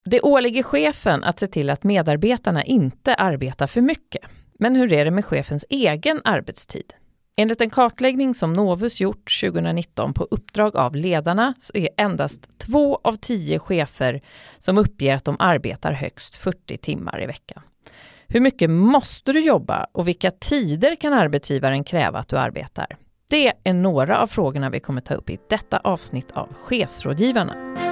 Det åligger chefen att se till att medarbetarna inte arbetar för mycket. Men hur är det med chefens egen arbetstid? Enligt en kartläggning som Novus gjort 2019 på uppdrag av ledarna så är endast 2 av 10 chefer som uppger att de arbetar högst 40 timmar i veckan. Hur mycket måste du jobba och vilka tider kan arbetsgivaren kräva att du arbetar? Det är några av frågorna vi kommer ta upp i detta avsnitt av Chefsrådgivarna.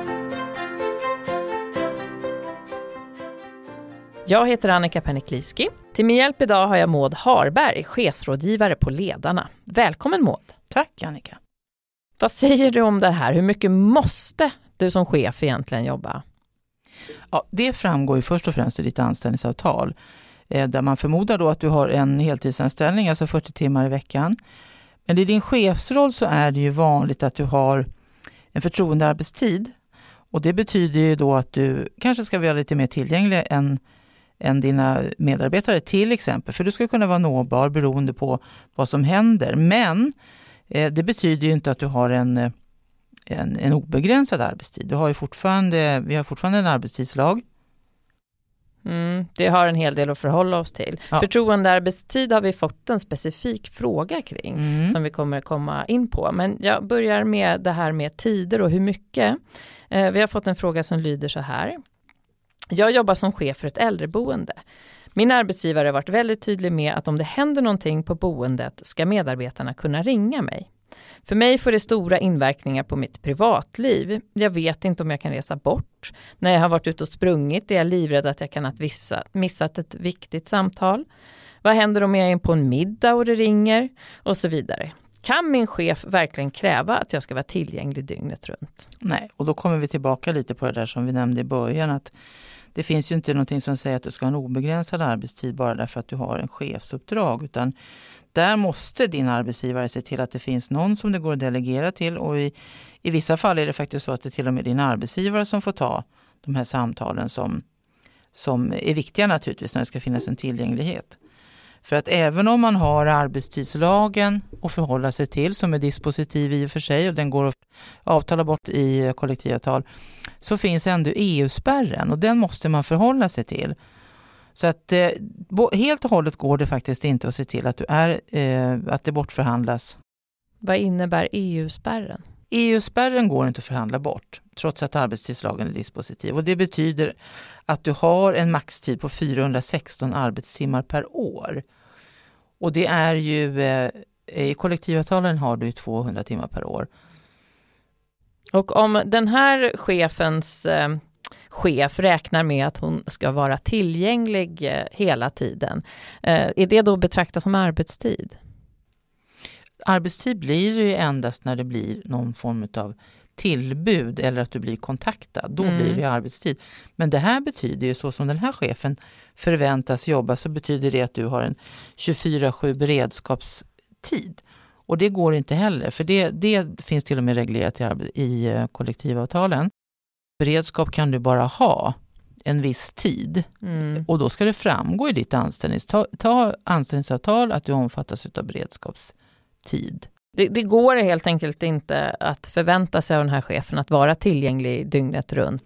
Jag heter Annika Pernikliski. Till min hjälp idag har jag Maud Harberg, chefsrådgivare på Ledarna. Välkommen Maud. Tack Annika. Vad säger du om det här? Hur mycket måste du som chef egentligen jobba? Ja, det framgår ju först och främst i ditt anställningsavtal. Där man förmodar då att du har en heltidsanställning, alltså 40 timmar i veckan. Men i din chefsroll så är det ju vanligt att du har en förtroendearbetstid. Och det betyder ju då att du kanske ska vara lite mer tillgänglig än dina medarbetare till exempel. För du ska kunna vara nåbar beroende på vad som händer. Men det betyder ju inte att du har en obegränsad arbetstid. Vi har fortfarande en arbetstidslag. Det har en hel del att förhålla oss till. Ja. Förtroendearbetstid har vi fått en specifik fråga kring som vi kommer komma in på. Men jag börjar med det här med tider och hur mycket. Vi har fått en fråga som lyder så här. Jag jobbar som chef för ett äldreboende. Min arbetsgivare har varit väldigt tydlig med att om det händer någonting på boendet ska medarbetarna kunna ringa mig. För mig får det stora inverkningar på mitt privatliv. Jag vet inte om jag kan resa bort. När jag har varit ute och sprungit är jag livrädd att jag kan ha missat ett viktigt samtal. Vad händer om jag är på en middag och det ringer? Och så vidare. Kan min chef verkligen kräva att jag ska vara tillgänglig dygnet runt? Nej, och då kommer vi tillbaka lite på det där som vi nämnde i början. Att det finns ju inte någonting som säger att du ska ha en obegränsad arbetstid bara därför att du har en chefsuppdrag. Utan där måste din arbetsgivare se till att det finns någon som det går att delegera till. Och i vissa fall är det faktiskt så att det till och med din arbetsgivare som får ta de här samtalen som är viktiga naturligtvis när det ska finnas en tillgänglighet. För att även om man har arbetstidslagen att förhålla sig till som är dispositiv i och för sig och den går att avtala bort i kollektivavtal så finns ändå EU-spärren och den måste man förhålla sig till. Så att helt och hållet går det faktiskt inte att se till att att det bortförhandlas. Vad innebär EU-spärren? EU-spärren går inte att förhandla bort trots att arbetstidslagen är dispositiv. Och det betyder att du har en maxtid på 416 arbetstimmar per år. Och det är ju, i kollektivavtalen har du 200 timmar per år. Och om den här chefens chef räknar med att hon ska vara tillgänglig hela tiden, är det då betraktat som arbetstid? Arbetstid blir det ju endast när det blir någon form av tillbud eller att du blir kontaktad. Då blir det arbetstid. Men det här betyder ju så som den här chefen förväntas jobba så betyder det att du har en 24/7 beredskapstid. Och det går inte heller för det finns till och med reglerat i kollektivavtalen. Beredskap kan du bara ha en viss tid och då ska det framgå i ditt anställningsavtal att du omfattas av beredskapstid. Det går helt enkelt inte att förvänta sig av den här chefen att vara tillgänglig dygnet runt.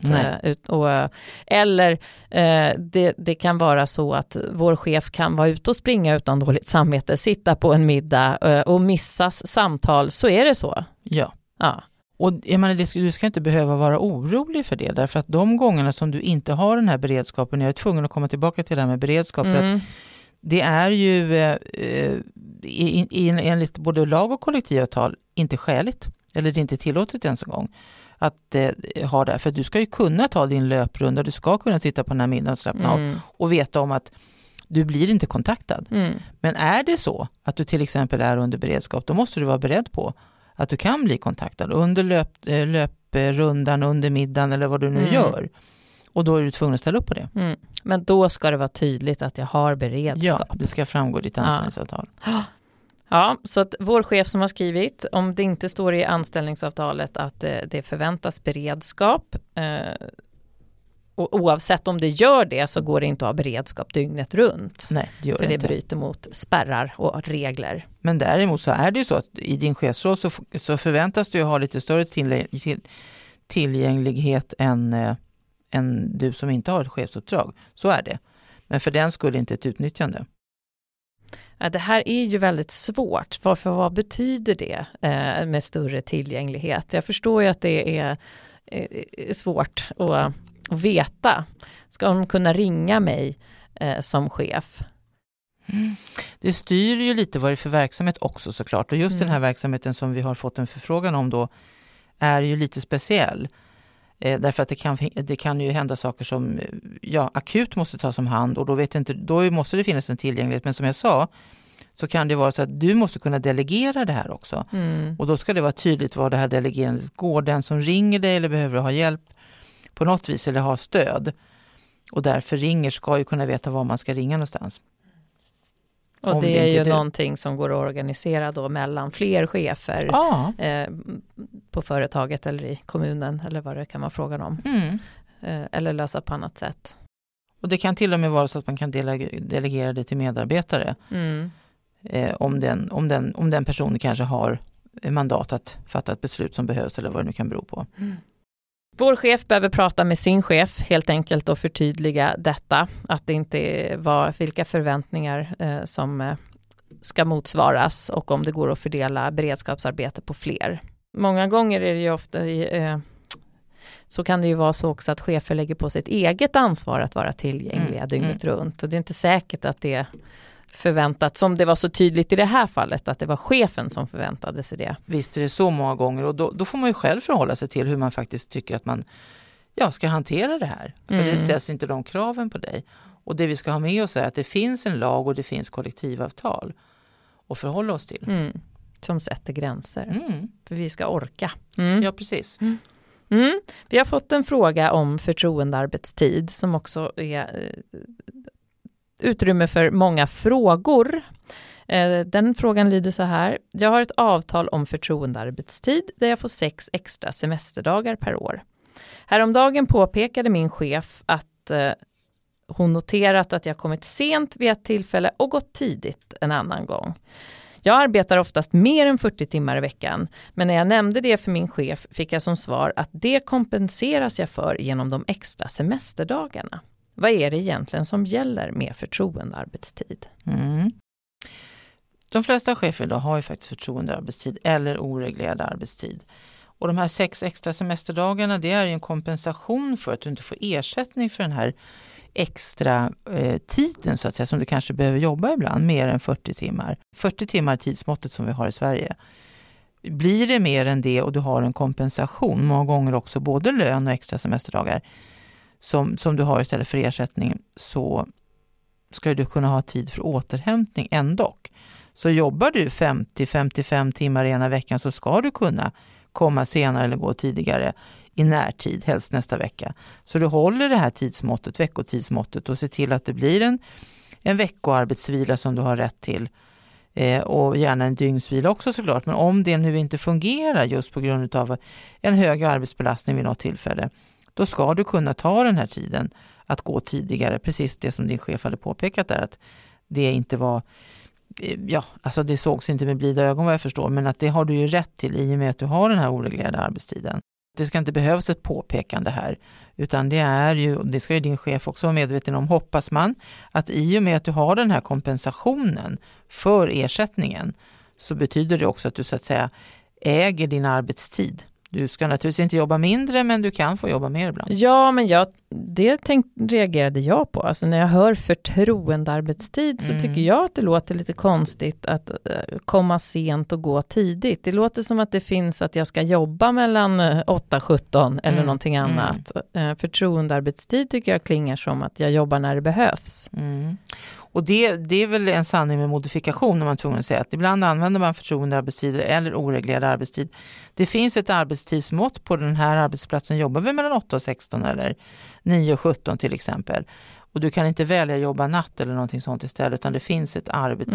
Det kan vara så att vår chef kan vara ute och springa utan dåligt samvete, sitta på en middag och missas samtal, så är det så. Ja. Och jag menar, du ska inte behöva vara orolig för det därför att de gångerna som du inte har den här beredskapen, jag är tvungen att komma tillbaka till det här med beredskap för att det är ju enligt både lag och kollektivavtal inte skäligt. Eller det är inte tillåtet ens en gång att ha det. För du ska ju kunna ta din löprunda. Du ska kunna sitta på den här middagen och slappna av. Och veta om att du blir inte kontaktad. Men är det så att du till exempel är under beredskap, då måste du vara beredd på att du kan bli kontaktad under löprundan, under middagen eller vad du nu gör. Och då är du tvungen att ställa upp på det. Men då ska det vara tydligt att jag har beredskap. Ja, det ska framgå i ditt anställningsavtal. Ja, så att vår chef som har skrivit, om det inte står i anställningsavtalet att det förväntas beredskap, och oavsett om det gör det så går det inte att ha beredskap dygnet runt. Nej, det gör för det det inte. Bryter mot spärrar och regler. Men däremot så är det ju så att i din chefsroll så förväntas du ha lite större tillgänglighet än än du som inte har ett chefsuppdrag. Så är det. Men för den skulle inte ett utnyttjande. Ja, det här är ju väldigt svårt. För vad betyder det med större tillgänglighet? Jag förstår ju att det är svårt att veta. Ska de kunna ringa mig som chef? Det styr ju lite vad det är för verksamhet också såklart. Och just den här verksamheten som vi har fått en förfrågan om då är ju lite speciell. Därför att det kan ju hända saker som akut måste tas om hand och då måste det finnas en tillgänglighet. Men som jag sa så kan det vara så att du måste kunna delegera det här också. Och då ska det vara tydligt vad det här delegerandet går. Den som ringer dig eller behöver ha hjälp på något vis eller ha stöd och därför ska ju kunna veta var man ska ringa någonstans. Och det är ju någonting som går att organisera då mellan fler chefer på företaget eller i kommunen eller vad det kan vara frågan om. Eller lösa på annat sätt. Och det kan till och med vara så att man kan delegera det till medarbetare. Om den personen kanske har mandat att fatta ett beslut som behövs eller vad det nu kan bero på. Vår chef behöver prata med sin chef helt enkelt och förtydliga detta. Att det inte var vilka förväntningar som ska motsvaras och om det går att fördela beredskapsarbete på fler. Många gånger är det ju ofta så kan det ju vara så också att chefer lägger på sitt eget ansvar att vara tillgängliga dygnet runt. Och det är inte säkert att det förväntat, som det var så tydligt i det här fallet, att det var chefen som förväntade sig det. Visst är det så många gånger och då får man ju själv förhålla sig till hur man faktiskt tycker att man ska hantera det här. För det ställs inte de kraven på dig. Och det vi ska ha med oss är att det finns en lag och det finns kollektivavtal att förhålla oss till. Som sätter gränser. För vi ska orka. Ja, precis. Vi har fått en fråga om förtroendearbetstid som också är utrymme för många frågor. Den frågan lyder så här. Jag har ett avtal om förtroendearbetstid där jag får 6 extra semesterdagar per år. Häromdagen påpekade min chef att hon noterat att jag kommit sent vid ett tillfälle och gått tidigt en annan gång. Jag arbetar oftast mer än 40 timmar i veckan, men när jag nämnde det för min chef fick jag som svar att det kompenseras jag för genom de extra semesterdagarna. Vad är det egentligen som gäller med förtroendearbetstid? De flesta chefer idag har ju faktiskt förtroendearbetstid eller oreglerad arbetstid. Och de här 6 extra semesterdagarna, det är ju en kompensation för att du inte får ersättning för den här extra tiden så att säga, som du kanske behöver jobba ibland, mer än 40 timmar. 40 timmar tidsmåttet som vi har i Sverige. Blir det mer än det och du har en kompensation, många gånger också både lön och extra semesterdagar som du har istället för ersättning, så ska du kunna ha tid för återhämtning ändå. Så jobbar du 50-55 timmar ena veckan så ska du kunna komma senare eller gå tidigare i närtid, helst nästa vecka. Så du håller det här tidsmåttet, veckotidsmåttet, och ser till att det blir en veckoarbetsvila som du har rätt till. Och gärna en dygnsvila också såklart. Men om det nu inte fungerar just på grund av en hög arbetsbelastning vid något tillfälle, då ska du kunna ta den här tiden att gå tidigare. Precis det som din chef hade påpekat där, att det inte var, alltså det sågs inte med blida ögon vad jag förstår, men att det har du ju rätt till i och med att du har den här oreglerade arbetstiden. Det ska inte behövas ett påpekande här, utan det ska ju din chef också vara medveten om, hoppas man, att i och med att du har den här kompensationen för ersättningen, så betyder det också att du så att säga äger din arbetstid. Du ska naturligtvis inte jobba mindre, men du kan få jobba mer ibland. Ja, men reagerade jag på. Alltså när jag hör förtroendearbetstid så tycker jag att det låter lite konstigt att komma sent och gå tidigt. Det låter som att det finns att jag ska jobba mellan 8-17 eller någonting annat. Förtroendearbetstid tycker jag klingar som att jag jobbar när det behövs. Och det är väl en sanning med modifikation, när man tvungen att säga att ibland använder man förtroendearbetstid eller oreglerad arbetstid. Det finns ett arbetstidsmått på den här arbetsplatsen, jobbar vi mellan 8-16 eller 9-17 till exempel. Och du kan inte välja att jobba natt eller någonting sånt istället, utan det finns ett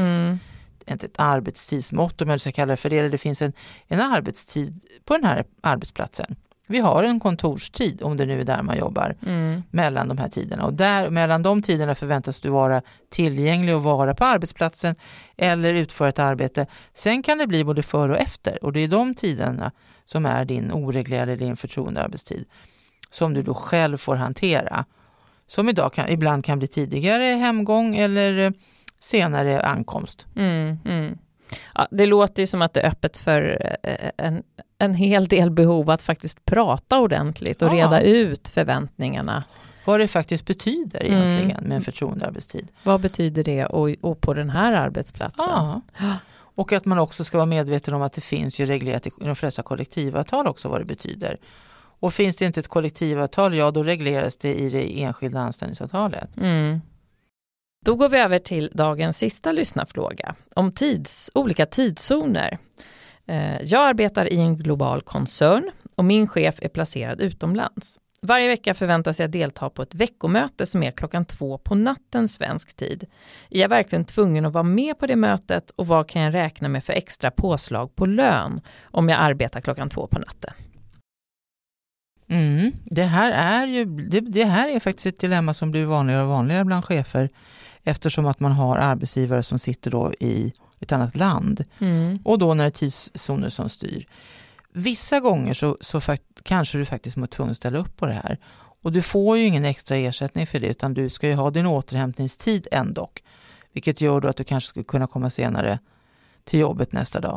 arbetstidsmått, om jag ska kalla det för det, eller det finns en arbetstid på den här arbetsplatsen. Vi har en kontorstid, om det nu är där man jobbar, mellan de här tiderna. Och mellan de tiderna förväntas du vara tillgänglig och vara på arbetsplatsen eller utföra ett arbete. Sen kan det bli både före och efter. Och det är de tiderna som är din oreglerade, din förtroendearbetstid. som du då själv får hantera. Som ibland kan bli tidigare hemgång eller senare ankomst. Ja, det låter ju som att det är öppet för en hel del behov att faktiskt prata ordentligt och reda ut förväntningarna. Vad det faktiskt betyder egentligen med en förtroendearbetstid. Vad betyder det och på den här arbetsplatsen? Ja. Och att man också ska vara medveten om att det finns ju reglerat i de flesta kollektivavtal också vad det betyder. Och finns det inte ett kollektivavtal, ja då regleras det i det enskilda anställningsavtalet. Då går vi över till dagens sista lyssnarfråga om olika tidszoner. Jag arbetar i en global koncern och min chef är placerad utomlands. Varje vecka förväntas jag delta på ett veckomöte som är 2:00 på natten svensk tid. Är jag verkligen tvungen att vara med på det mötet och vad kan jag räkna med för extra påslag på lön om jag arbetar 2:00 på natten? Det här är faktiskt ett dilemma som blir vanligare och vanligare bland chefer eftersom att man har arbetsgivare som sitter då i ett annat land och då när det är tidszoner som styr. Vissa gånger så kanske du faktiskt måste tvungen ställa upp på det här och du får ju ingen extra ersättning för det utan du ska ju ha din återhämtningstid ändå, vilket gör då att du kanske skulle kunna komma senare till jobbet nästa dag.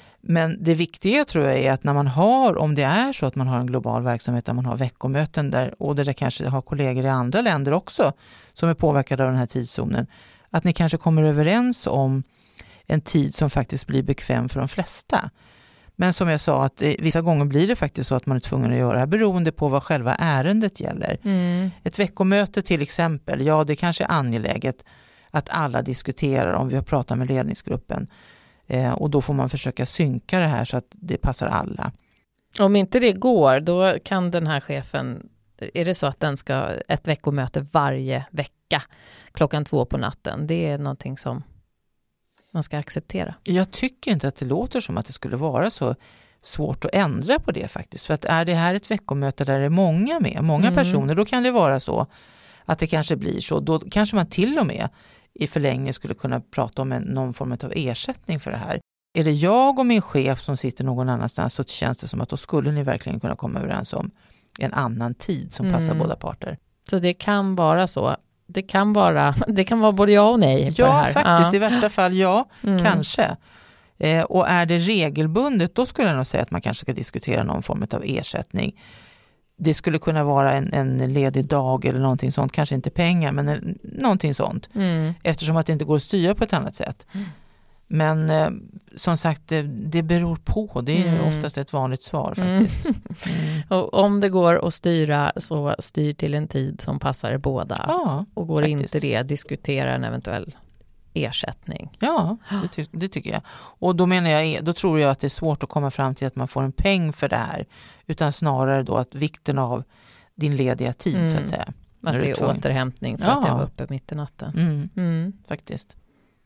Men det viktiga tror jag är att när man om det är så att man har en global verksamhet där man har veckomöten där och där det kanske har kollegor i andra länder också som är påverkade av den här tidszonen, att ni kanske kommer överens om en tid som faktiskt blir bekväm för de flesta. Men som jag sa, att vissa gånger blir det faktiskt så att man är tvungen att göra det beroende på vad själva ärendet gäller. Ett veckomöte till exempel, ja det kanske är angeläget att alla diskuterar om vi har pratat med ledningsgruppen. Och då får man försöka synka det här så att det passar alla. Om inte det går, då kan den här chefen, är det så att den ska ett veckomöte varje vecka 2:00 på natten? Det är någonting som man ska acceptera. Jag tycker inte att det låter som att det skulle vara så svårt att ändra på det faktiskt. För att är det här ett veckomöte där det är många personer, då kan det vara så att det kanske blir så. Då kanske man till och med i förlängning skulle kunna prata om någon form av ersättning för det här. Är det jag och min chef som sitter någon annanstans så känns det som att då skulle ni verkligen kunna komma överens om en annan tid som passar båda parter. Så det kan vara så. Det kan vara både ja och nej på det här. Ja, faktiskt. I värsta fall ja, kanske. Och är det regelbundet, då skulle jag nog säga att man kanske ska diskutera någon form av ersättning. Det skulle kunna vara en ledig dag eller någonting sånt. Kanske inte pengar, men någonting sånt. Eftersom att det inte går att styra på ett annat sätt. Men som sagt, det beror på. Det är oftast ett vanligt svar faktiskt. Och om det går att styra så styr till en tid som passar er båda. Ja, och går faktiskt. inte det, diskutera en eventuell ersättning. Ja, det tycker jag. Och då tror jag att det är svårt att komma fram till att man får en peng för det här. Utan snarare då att vikten av din lediga tid så att säga. Att det är återhämtning för att jag var uppe mitt i natten. Faktiskt.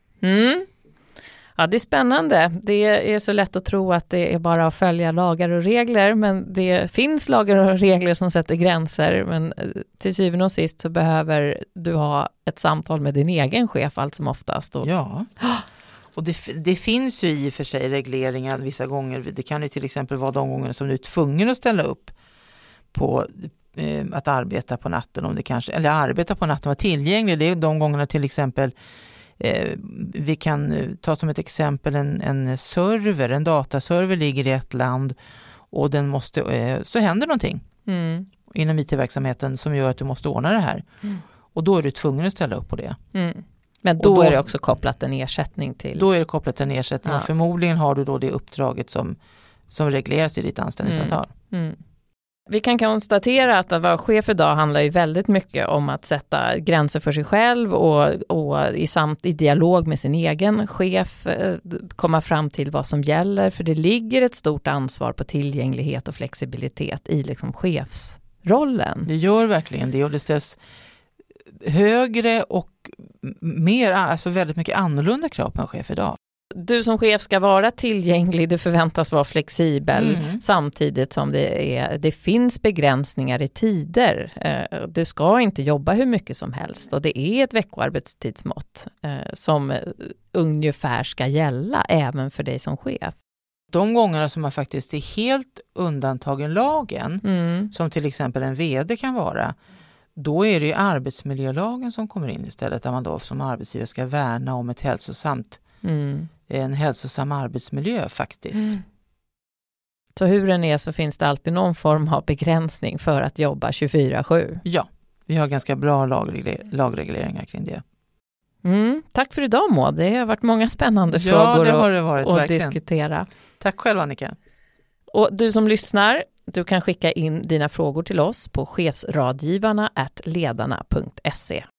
Ja, det är spännande. Det är så lätt att tro att det är bara att följa lagar och regler, men det finns lagar och regler som sätter gränser, men till syvende och sist så behöver du ha ett samtal med din egen chef allt som oftast. Ja, och det finns ju i och för sig regleringar vissa gånger. Det kan ju till exempel vara de gånger som du är tvungen att ställa upp på att arbeta på natten, om det kanske, eller arbeta på natten, vara tillgänglig. Det är de gångerna till exempel. Vi kan ta som ett exempel en dataserver ligger i ett land och den måste, så händer någonting inom IT-verksamheten som gör att du måste ordna det här. Och då är du tvungen att ställa upp på det. Men då är det också kopplat en ersättning till. Då är det kopplat en ersättning och förmodligen har du då det uppdraget som regleras i ditt anställningsavtal. Vi kan konstatera att vara chef idag handlar ju väldigt mycket om att sätta gränser för sig själv och i dialog med sin egen chef komma fram till vad som gäller. För det ligger ett stort ansvar på tillgänglighet och flexibilitet i liksom chefsrollen. Det gör verkligen det, och det ställs högre och mer, alltså väldigt mycket annorlunda krav på en chef idag. Du som chef ska vara tillgänglig, du förväntas vara flexibel samtidigt som det finns begränsningar i tider. Du ska inte jobba hur mycket som helst och det är ett veckoarbetstidsmått som ungefär ska gälla även för dig som chef. De gångerna som man faktiskt är helt undantagen lagen, som till exempel en vd kan vara, då är det ju arbetsmiljölagen som kommer in istället, där man då som arbetsgivare ska värna om en hälsosam arbetsmiljö faktiskt. Så hur den är så finns det alltid någon form av begränsning för att jobba 24/7. Ja, vi har ganska bra lagregleringar kring det. Tack för idag Maud. Det har varit många spännande frågor det har det varit, att verkligen diskutera. Tack själv Annika. Och du som lyssnar, du kan skicka in dina frågor till oss på chefsradgivarna@ledarna.se.